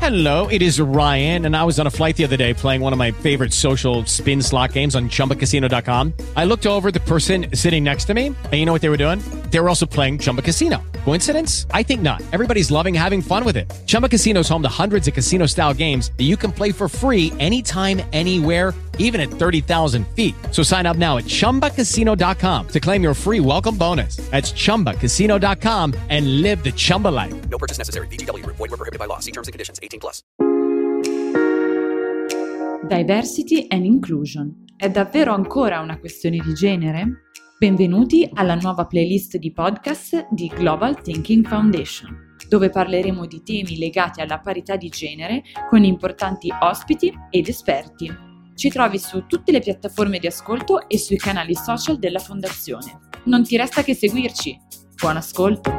Hello, it is Ryan, and I was on a flight the other day playing one of my favorite social spin slot games on ChumbaCasino.com. I looked over at the person sitting next to me, and you know what they were doing? They were also playing Chumba Casino. Coincidence? I think not. Everybody's loving having fun with it. Chumba Casino is home to hundreds of casino-style games that you can play for free anytime, anywhere, even at 30,000 feet. So sign up now at ChumbaCasino.com to claim your free welcome bonus. That's ChumbaCasino.com and live the Chumba life. No purchase necessary. VGW. Void where prohibited by law. See terms and conditions. 18+. Diversity and Inclusion. È davvero ancora una questione di genere? Benvenuti alla nuova playlist di podcast di Global Thinking Foundation, dove parleremo di temi legati alla parità di genere con importanti ospiti ed esperti. Ci trovi su tutte le piattaforme di ascolto e sui canali social della Fondazione. Non ti resta che seguirci. Buon ascolto!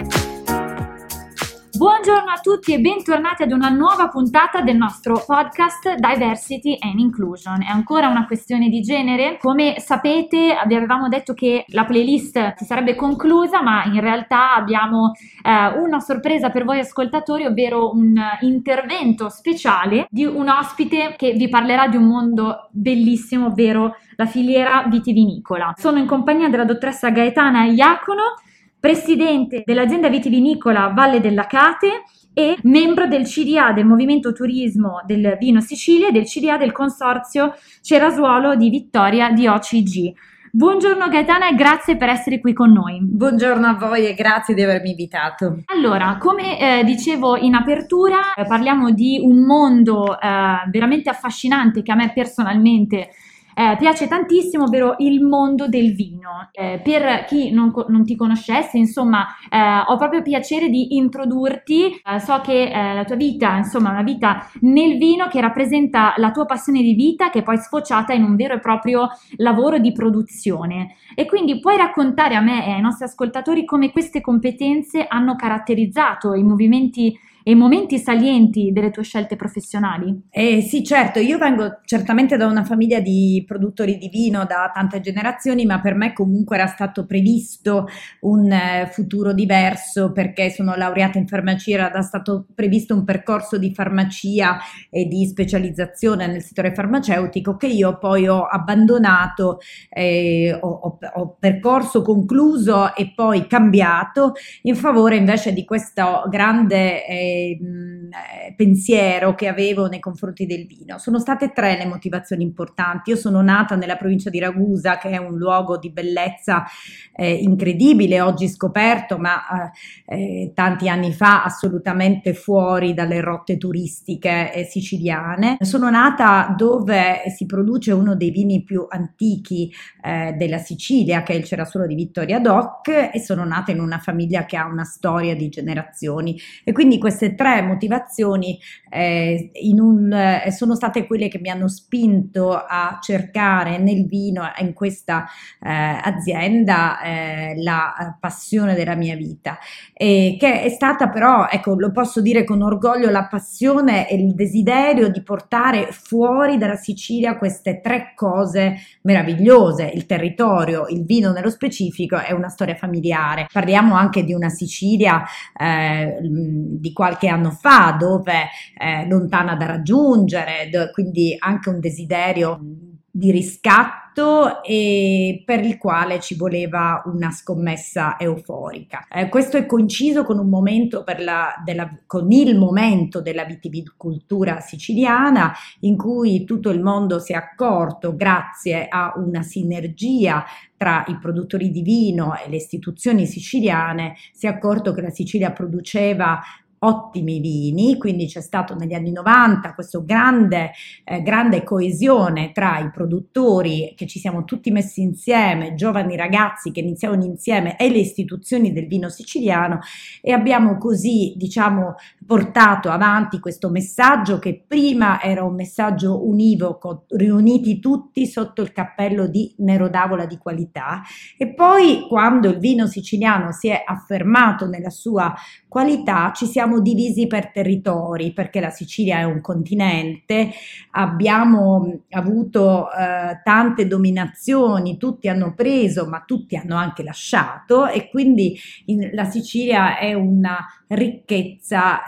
Buongiorno a tutti e bentornati ad una nuova puntata del nostro podcast Diversity and Inclusion. È ancora una questione di genere? Come sapete, vi avevamo detto che la playlist si sarebbe conclusa, ma in realtà abbiamo una sorpresa per voi ascoltatori, ovvero un intervento speciale di un ospite che vi parlerà di un mondo bellissimo, ovvero la filiera vitivinicola. Sono in compagnia della dottoressa Gaetana Iacono, presidente dell'azienda vitivinicola Valle dell'Acate e membro del CDA del Movimento Turismo del Vino Sicilia e del CDA del Consorzio Cerasuolo di Vittoria di OCG. Buongiorno Gaetana e grazie per essere qui con noi. Buongiorno a voi e grazie di avermi invitato. Allora, come dicevo in apertura, parliamo di un mondo veramente affascinante che a me personalmente piace tantissimo, ovvero il mondo del vino. Per chi non ti conoscesse, insomma, ho proprio piacere di introdurti. So che la tua vita, insomma, è una vita nel vino che rappresenta la tua passione di vita, che è poi sfociata in un vero e proprio lavoro di produzione. E quindi puoi raccontare a me e ai nostri ascoltatori come queste competenze hanno caratterizzato i movimenti e i momenti salienti delle tue scelte professionali? Sì, certo, io vengo certamente da una famiglia di produttori di vino da tante generazioni, ma per me comunque era stato previsto un futuro diverso perché sono laureata in farmacia, era stato previsto un percorso di farmacia e di specializzazione nel settore farmaceutico che io poi ho abbandonato, ho percorso concluso e poi cambiato in favore invece di questo grande pensiero che avevo nei confronti del vino. Sono state tre le motivazioni importanti. Io sono nata nella provincia di Ragusa, che è un luogo di bellezza incredibile, oggi scoperto, ma tanti anni fa assolutamente fuori dalle rotte turistiche siciliane. Sono nata dove si produce uno dei vini più antichi della Sicilia, che è il Cerasuolo di Vittoria DOC, e sono nata in una famiglia che ha una storia di generazioni, e quindi queste tre motivazioni sono state quelle che mi hanno spinto a cercare nel vino e in questa azienda la passione della mia vita, che è stata però, ecco, lo posso dire con orgoglio, la passione e il desiderio di portare fuori dalla Sicilia queste tre cose meravigliose: il territorio, il vino nello specifico e una storia familiare. Parliamo anche di una Sicilia di qualche anno fa, dove lontana da raggiungere, quindi anche un desiderio di riscatto e per il quale ci voleva una scommessa euforica. Questo è coinciso con un momento con il momento della vitivinicoltura siciliana, in cui tutto il mondo si è accorto, grazie a una sinergia tra i produttori di vino e le istituzioni siciliane, si è accorto che la Sicilia produceva ottimi vini, quindi c'è stato negli anni 90 questo grande coesione tra i produttori, che ci siamo tutti messi insieme, giovani ragazzi che iniziavano insieme, e le istituzioni del vino siciliano, e abbiamo così, diciamo, portato avanti questo messaggio che prima era un messaggio univoco, riuniti tutti sotto il cappello di Nero d'Avola di qualità, e poi quando il vino siciliano si è affermato nella sua qualità ci siamo divisi per territori, perché la Sicilia è un continente, abbiamo avuto tante dominazioni, tutti hanno preso ma tutti hanno anche lasciato, e quindi la Sicilia è una ricchezza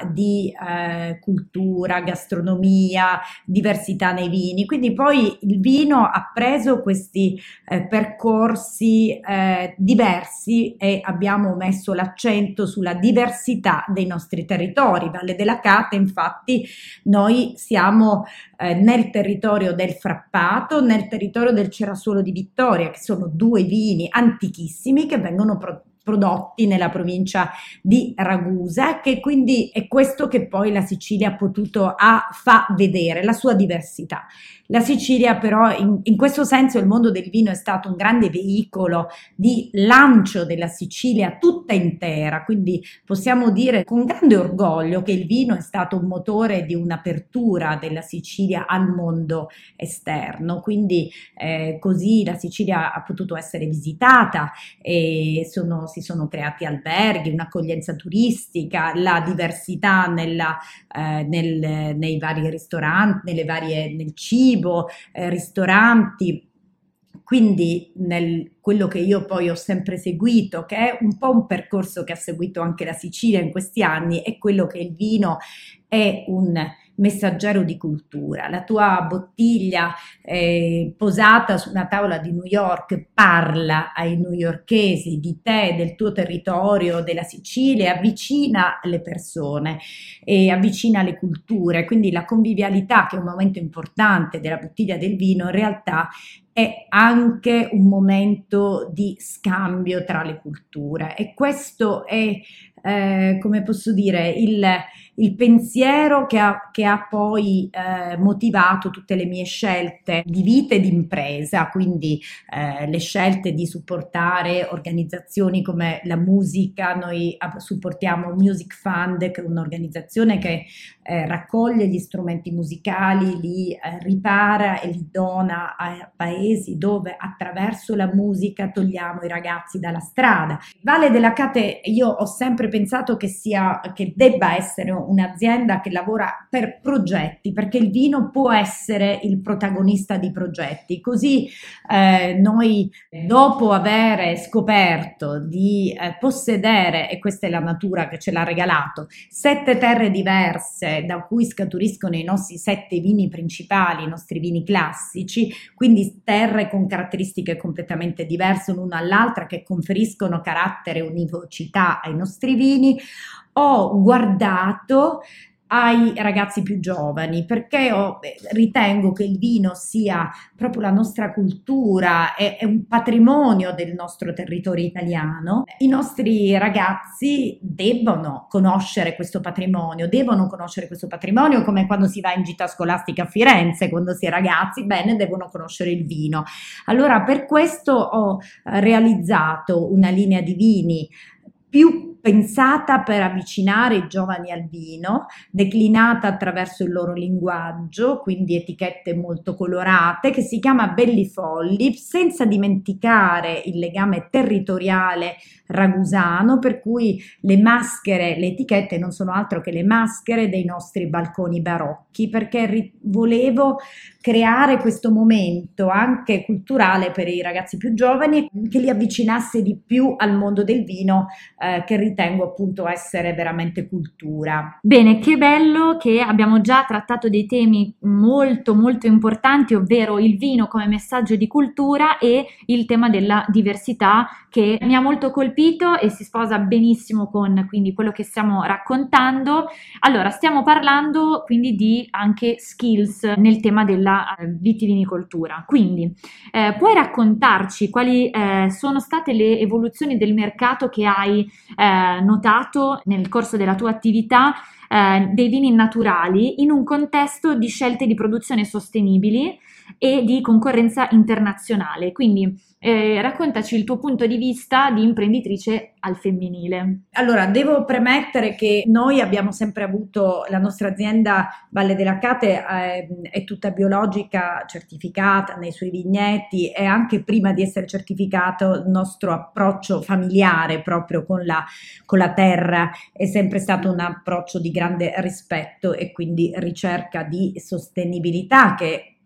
di cultura, gastronomia, diversità nei vini. Quindi poi il vino ha preso questi percorsi diversi e abbiamo messo l'accento sulla diversità dei nostri territori. Valle della Cate, infatti, noi siamo nel territorio del Frappato, nel territorio del Cerasuolo di Vittoria, che sono due vini antichissimi che vengono prodotti nella provincia di Ragusa, che quindi è questo che poi la Sicilia ha potuto fa vedere, la sua diversità. La Sicilia però in questo senso il mondo del vino è stato un grande veicolo di lancio della Sicilia tutta intera, quindi possiamo dire con grande orgoglio che il vino è stato un motore di un'apertura della Sicilia al mondo esterno, quindi così la Sicilia ha potuto essere visitata e si sono creati alberghi, un'accoglienza turistica, la diversità nei vari ristoranti, nel cibo, ristoranti. Quindi quello che io poi ho sempre seguito, che è un po' un percorso che ha seguito anche la Sicilia in questi anni, è quello che il vino è un messaggero di cultura. La tua bottiglia posata su una tavola di New York parla ai newyorkesi di te, del tuo territorio, della Sicilia, avvicina le persone e avvicina le culture. Quindi la convivialità, che è un momento importante della bottiglia del vino, in realtà è anche un momento di scambio tra le culture, e questo è come posso dire, il pensiero che ha poi motivato tutte le mie scelte di vita e di impresa, quindi le scelte di supportare organizzazioni come la musica. Noi supportiamo Music Fund, che è un'organizzazione che raccoglie gli strumenti musicali, li ripara e li dona a paesi dove attraverso la musica togliamo i ragazzi dalla strada. Valle della Cate, io ho sempre pensato che debba essere un'azienda che lavora per progetti, perché il vino può essere il protagonista di progetti. Così noi, dopo aver scoperto di possedere, e questa è la natura che ce l'ha regalato, 7 terre diverse da cui scaturiscono i nostri 7 vini principali, i nostri vini classici, quindi terre con caratteristiche completamente diverse l'una all'altra, che conferiscono carattere e univocità ai nostri vini, ho guardato ai ragazzi più giovani, perché ritengo che il vino sia proprio la nostra cultura, è un patrimonio del nostro territorio italiano. I nostri ragazzi devono conoscere questo patrimonio, come quando si va in gita scolastica a Firenze, quando si è ragazzi, bene, devono conoscere il vino. Allora per questo ho realizzato una linea di vini più pensata per avvicinare i giovani al vino, declinata attraverso il loro linguaggio, quindi etichette molto colorate, che si chiama Belli Folli, senza dimenticare il legame territoriale ragusano, per cui le etichette non sono altro che le maschere dei nostri balconi barocchi, perché volevo creare questo momento anche culturale per i ragazzi più giovani, che li avvicinasse di più al mondo del vino, che ritengo appunto essere veramente cultura. Bene, che bello che abbiamo già trattato dei temi molto molto importanti, ovvero il vino come messaggio di cultura e il tema della diversità, che mi ha molto colpito e si sposa benissimo con quindi quello che stiamo raccontando. Allora, stiamo parlando quindi di anche skills nel tema della vitivinicoltura, quindi puoi raccontarci quali sono state le evoluzioni del mercato che hai notato nel corso della tua attività dei vini naturali in un contesto di scelte di produzione sostenibili e di concorrenza internazionale? Quindi raccontaci il tuo punto di vista di imprenditrice al femminile. Allora, devo premettere che noi abbiamo sempre avuto, la nostra azienda Valle della Cate è tutta biologica, certificata nei suoi vigneti, e anche prima di essere certificato il nostro approccio familiare proprio con la terra è sempre stato un approccio di grande rispetto e quindi ricerca di sostenibilità, che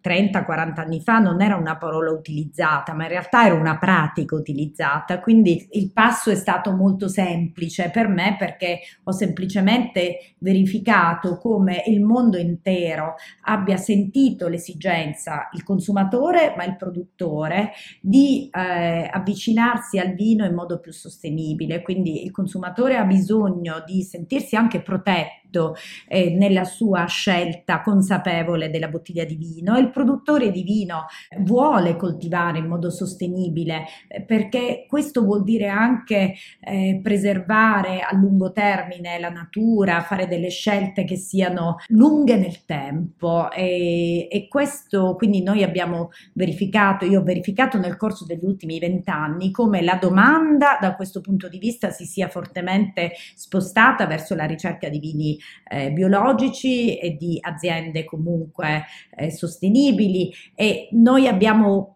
30-40 anni fa non era una parola utilizzata, ma in realtà era una pratica utilizzata, quindi il passo è stato molto semplice per me, perché ho semplicemente verificato come il mondo intero abbia sentito l'esigenza, il consumatore ma il produttore, di avvicinarsi al vino in modo più sostenibile. Quindi il consumatore ha bisogno di sentirsi anche protetto nella sua scelta consapevole della bottiglia di vino, e il produttore di vino vuole coltivare in modo sostenibile, perché questo vuol dire anche preservare a lungo termine la natura, fare delle scelte che siano lunghe nel tempo, e questo, quindi noi abbiamo verificato, io ho verificato nel corso degli ultimi 20 anni come la domanda da questo punto di vista si sia fortemente spostata verso la ricerca di vini biologici e di aziende comunque sostenibili, e noi abbiamo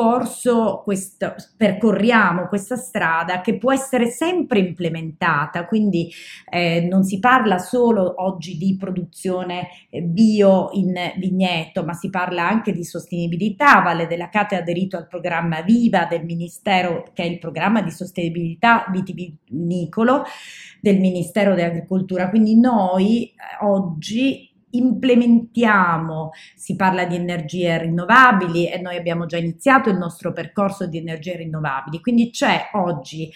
percorriamo questa strada che può essere sempre implementata, quindi non si parla solo oggi di produzione bio in vigneto, ma si parla anche di sostenibilità. Valle della Cate ha aderito al programma Viva del Ministero, che è il programma di sostenibilità vitivinicolo del Ministero dell'Agricoltura. Quindi noi oggi implementiamo, si parla di energie rinnovabili e noi abbiamo già iniziato il nostro percorso di energie rinnovabili, quindi c'è oggi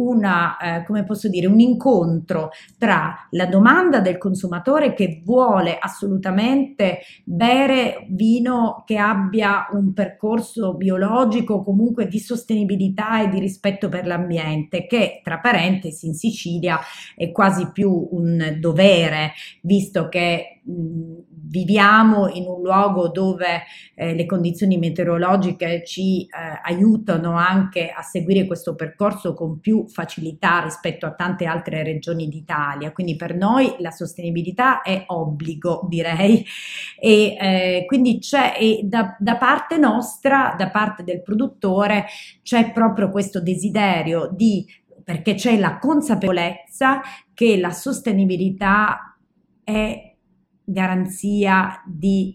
un incontro tra la domanda del consumatore che vuole assolutamente bere vino che abbia un percorso biologico, comunque di sostenibilità e di rispetto per l'ambiente, che tra parentesi in Sicilia è quasi più un dovere, visto che viviamo in un luogo dove le condizioni meteorologiche ci aiutano anche a seguire questo percorso con più facilità rispetto a tante altre regioni d'Italia, quindi per noi la sostenibilità è obbligo, direi, e quindi c'è da parte nostra, da parte del produttore, c'è proprio questo desiderio perché c'è la consapevolezza che la sostenibilità è garanzia di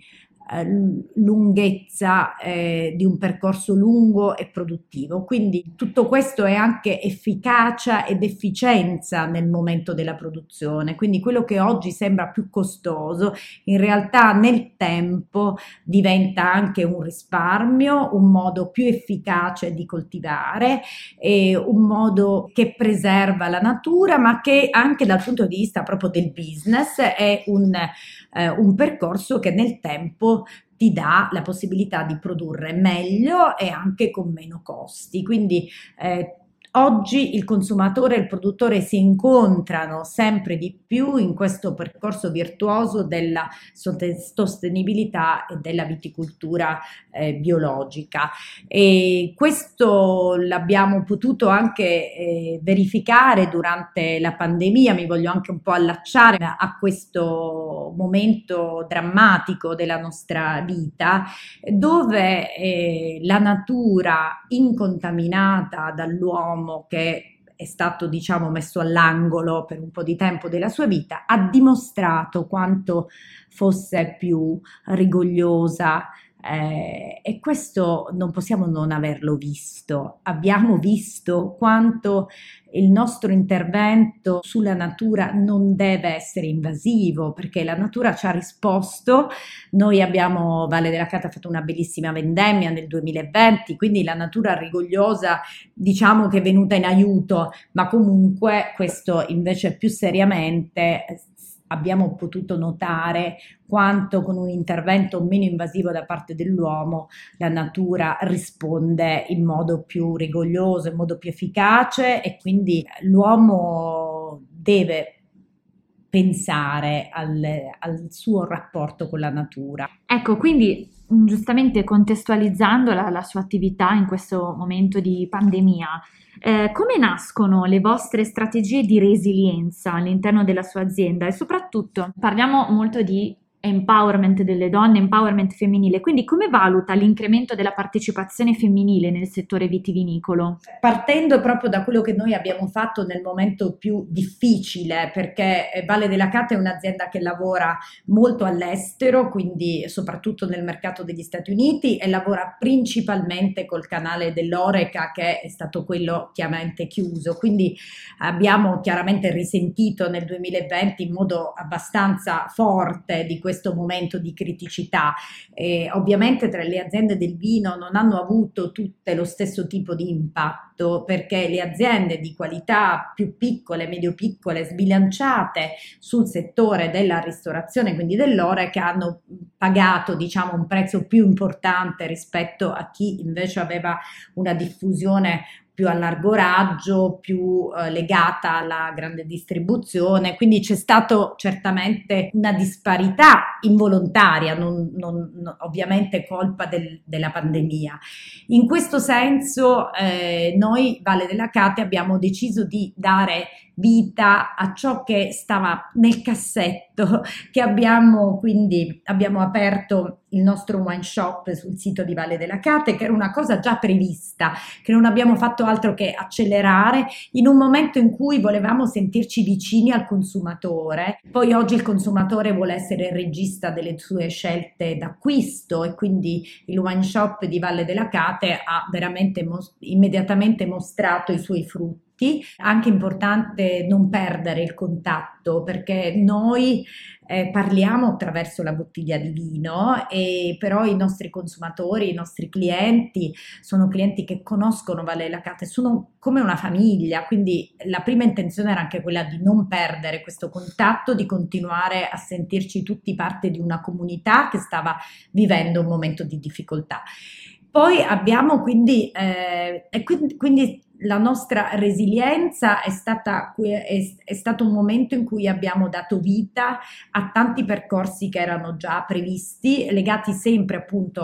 lunghezza di un percorso lungo e produttivo. Quindi tutto questo è anche efficacia ed efficienza nel momento della produzione, quindi quello che oggi sembra più costoso in realtà nel tempo diventa anche un risparmio, un modo più efficace di coltivare e un modo che preserva la natura, ma che anche dal punto di vista proprio del business è un percorso che nel tempo ti dà la possibilità di produrre meglio e anche con meno costi. Quindi oggi il consumatore e il produttore si incontrano sempre di più in questo percorso virtuoso della sostenibilità e della viticoltura biologica, e questo l'abbiamo potuto anche verificare durante la pandemia. Mi voglio anche un po' allacciare a questo momento drammatico della nostra vita, dove la natura incontaminata dall'uomo, che è stato messo all'angolo per un po' di tempo della sua vita, ha dimostrato quanto fosse più rigogliosa, e questo non possiamo non averlo visto. Abbiamo visto quanto il nostro intervento sulla natura non deve essere invasivo, perché la natura ci ha risposto. Noi Valle della Cate ha fatto una bellissima vendemmia nel 2020, quindi la natura rigogliosa che è venuta in aiuto, ma comunque questo invece più seriamente abbiamo potuto notare quanto con un intervento meno invasivo da parte dell'uomo la natura risponde in modo più rigoglioso, in modo più efficace, e quindi l'uomo deve pensare al suo rapporto con la natura. Ecco, quindi giustamente contestualizzando la sua attività in questo momento di pandemia, come nascono le vostre strategie di resilienza all'interno della sua azienda? E soprattutto parliamo molto di empowerment delle donne, empowerment femminile. Quindi come valuta l'incremento della partecipazione femminile nel settore vitivinicolo? Partendo proprio da quello che noi abbiamo fatto nel momento più difficile, perché Valle della Cata è un'azienda che lavora molto all'estero, quindi soprattutto nel mercato degli Stati Uniti, e lavora principalmente col canale dell'Horeca, che è stato quello chiaramente chiuso, quindi abbiamo chiaramente risentito nel 2020 in modo abbastanza forte di questo momento di criticità. Ovviamente tra le aziende del vino non hanno avuto tutte lo stesso tipo di impatto, perché le aziende di qualità più piccole, medio piccole, sbilanciate sul settore della ristorazione, quindi dell'Horeca, hanno pagato, diciamo, un prezzo più importante rispetto a chi invece aveva una diffusione più a largo raggio, più legata alla grande distribuzione, quindi c'è stato certamente una disparità involontaria, non ovviamente colpa della pandemia. In questo senso noi Valle della Cata abbiamo deciso di dare vita a ciò che stava nel cassetto, che abbiamo aperto il nostro wine shop sul sito di Valle della Cata, che era una cosa già prevista, che non abbiamo fatto altro che accelerare in un momento in cui volevamo sentirci vicini al consumatore. Poi oggi il consumatore vuole essere il regista delle sue scelte d'acquisto, e quindi il wine shop di Valle della Cata ha veramente immediatamente mostrato i suoi frutti. Anche importante non perdere il contatto, perché noi parliamo attraverso la bottiglia di vino, e però i nostri consumatori, i nostri clienti sono clienti che conoscono Valle della Cata, sono come una famiglia, quindi la prima intenzione era anche quella di non perdere questo contatto, di continuare a sentirci tutti parte di una comunità che stava vivendo un momento di difficoltà. Poi abbiamo quindi la nostra resilienza è stato un momento in cui abbiamo dato vita a tanti percorsi che erano già previsti, legati sempre appunto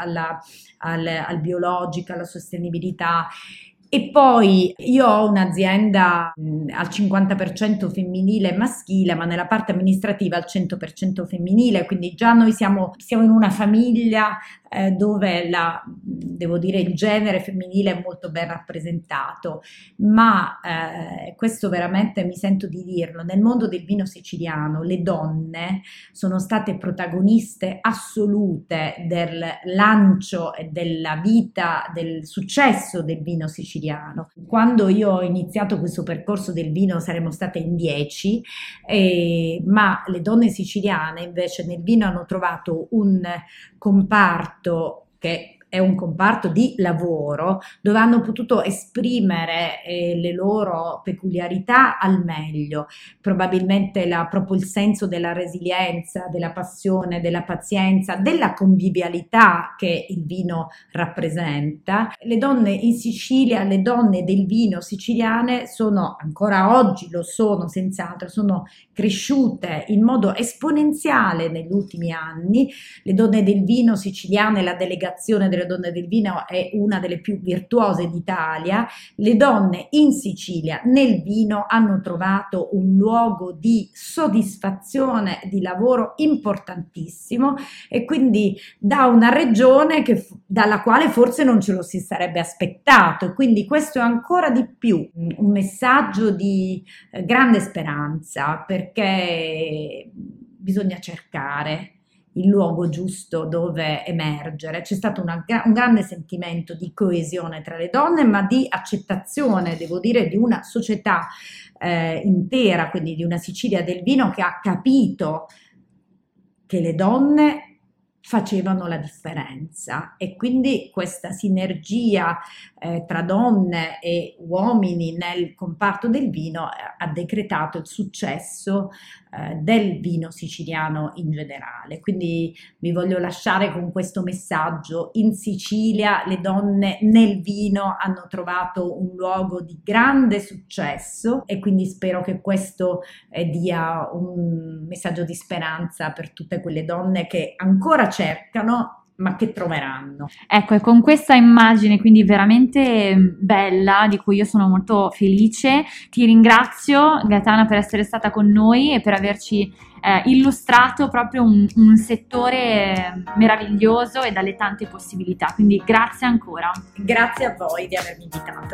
al biologico, alla sostenibilità. E poi io ho un'azienda al 50% femminile e maschile, ma nella parte amministrativa al 100% femminile, quindi già noi siamo in una famiglia dove devo dire, il genere femminile è molto ben rappresentato, ma questo veramente mi sento di dirlo: nel mondo del vino siciliano le donne sono state protagoniste assolute del lancio e della vita, del successo del vino siciliano. Quando io ho iniziato questo percorso del vino saremmo state in 10, ma le donne siciliane invece nel vino hanno trovato un comparto che è un comparto di lavoro, dove hanno potuto esprimere le loro peculiarità al meglio. Probabilmente proprio il senso della resilienza, della passione, della pazienza, della convivialità che il vino rappresenta. Le donne in Sicilia, le donne del vino siciliane sono, ancora oggi lo sono senz'altro, sono cresciute in modo esponenziale negli ultimi anni. Le donne del vino siciliane, la delegazione delle donne del vino è una delle più virtuose d'Italia. Le donne in Sicilia nel vino hanno trovato un luogo di soddisfazione, di lavoro importantissimo, e quindi da una regione dalla quale forse non ce lo si sarebbe aspettato, e quindi questo è ancora di più un messaggio di grande speranza, perché bisogna cercare il luogo giusto dove emergere. C'è stato un grande sentimento di coesione tra le donne, ma di accettazione, devo dire, di una società intera, quindi di una Sicilia del vino che ha capito che le donne facevano la differenza, e quindi questa sinergia tra donne e uomini nel comparto del vino ha decretato il successo del vino siciliano in generale. Quindi vi voglio lasciare con questo messaggio: in Sicilia le donne nel vino hanno trovato un luogo di grande successo, e quindi spero che questo dia un messaggio di speranza per tutte quelle donne che ancora cercano, ma che troveranno. Ecco, e con questa immagine quindi veramente bella, di cui io sono molto felice, ti ringrazio Gaetana per essere stata con noi e per averci illustrato proprio un settore meraviglioso e dalle tante possibilità, quindi grazie ancora. Grazie a voi di avermi invitato.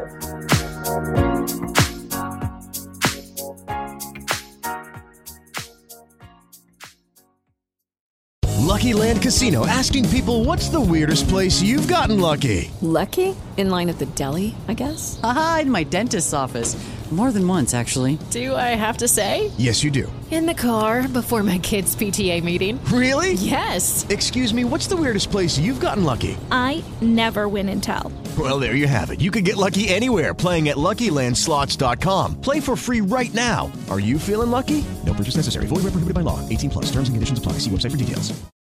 Lucky Land Casino, asking people, what's the weirdest place you've gotten lucky? Lucky? In line at the deli, I guess? Aha, in my dentist's office. More than once, actually. Do I have to say? Yes, you do. In the car before my kids' PTA meeting. Really? Yes. Excuse me, what's the weirdest place you've gotten lucky? I never win and tell. Well, there you have it. You can get lucky anywhere, playing at LuckyLandSlots.com. Play for free right now. Are you feeling lucky? No purchase necessary. Void where prohibited by law. 18+. Terms and conditions apply. See website for details.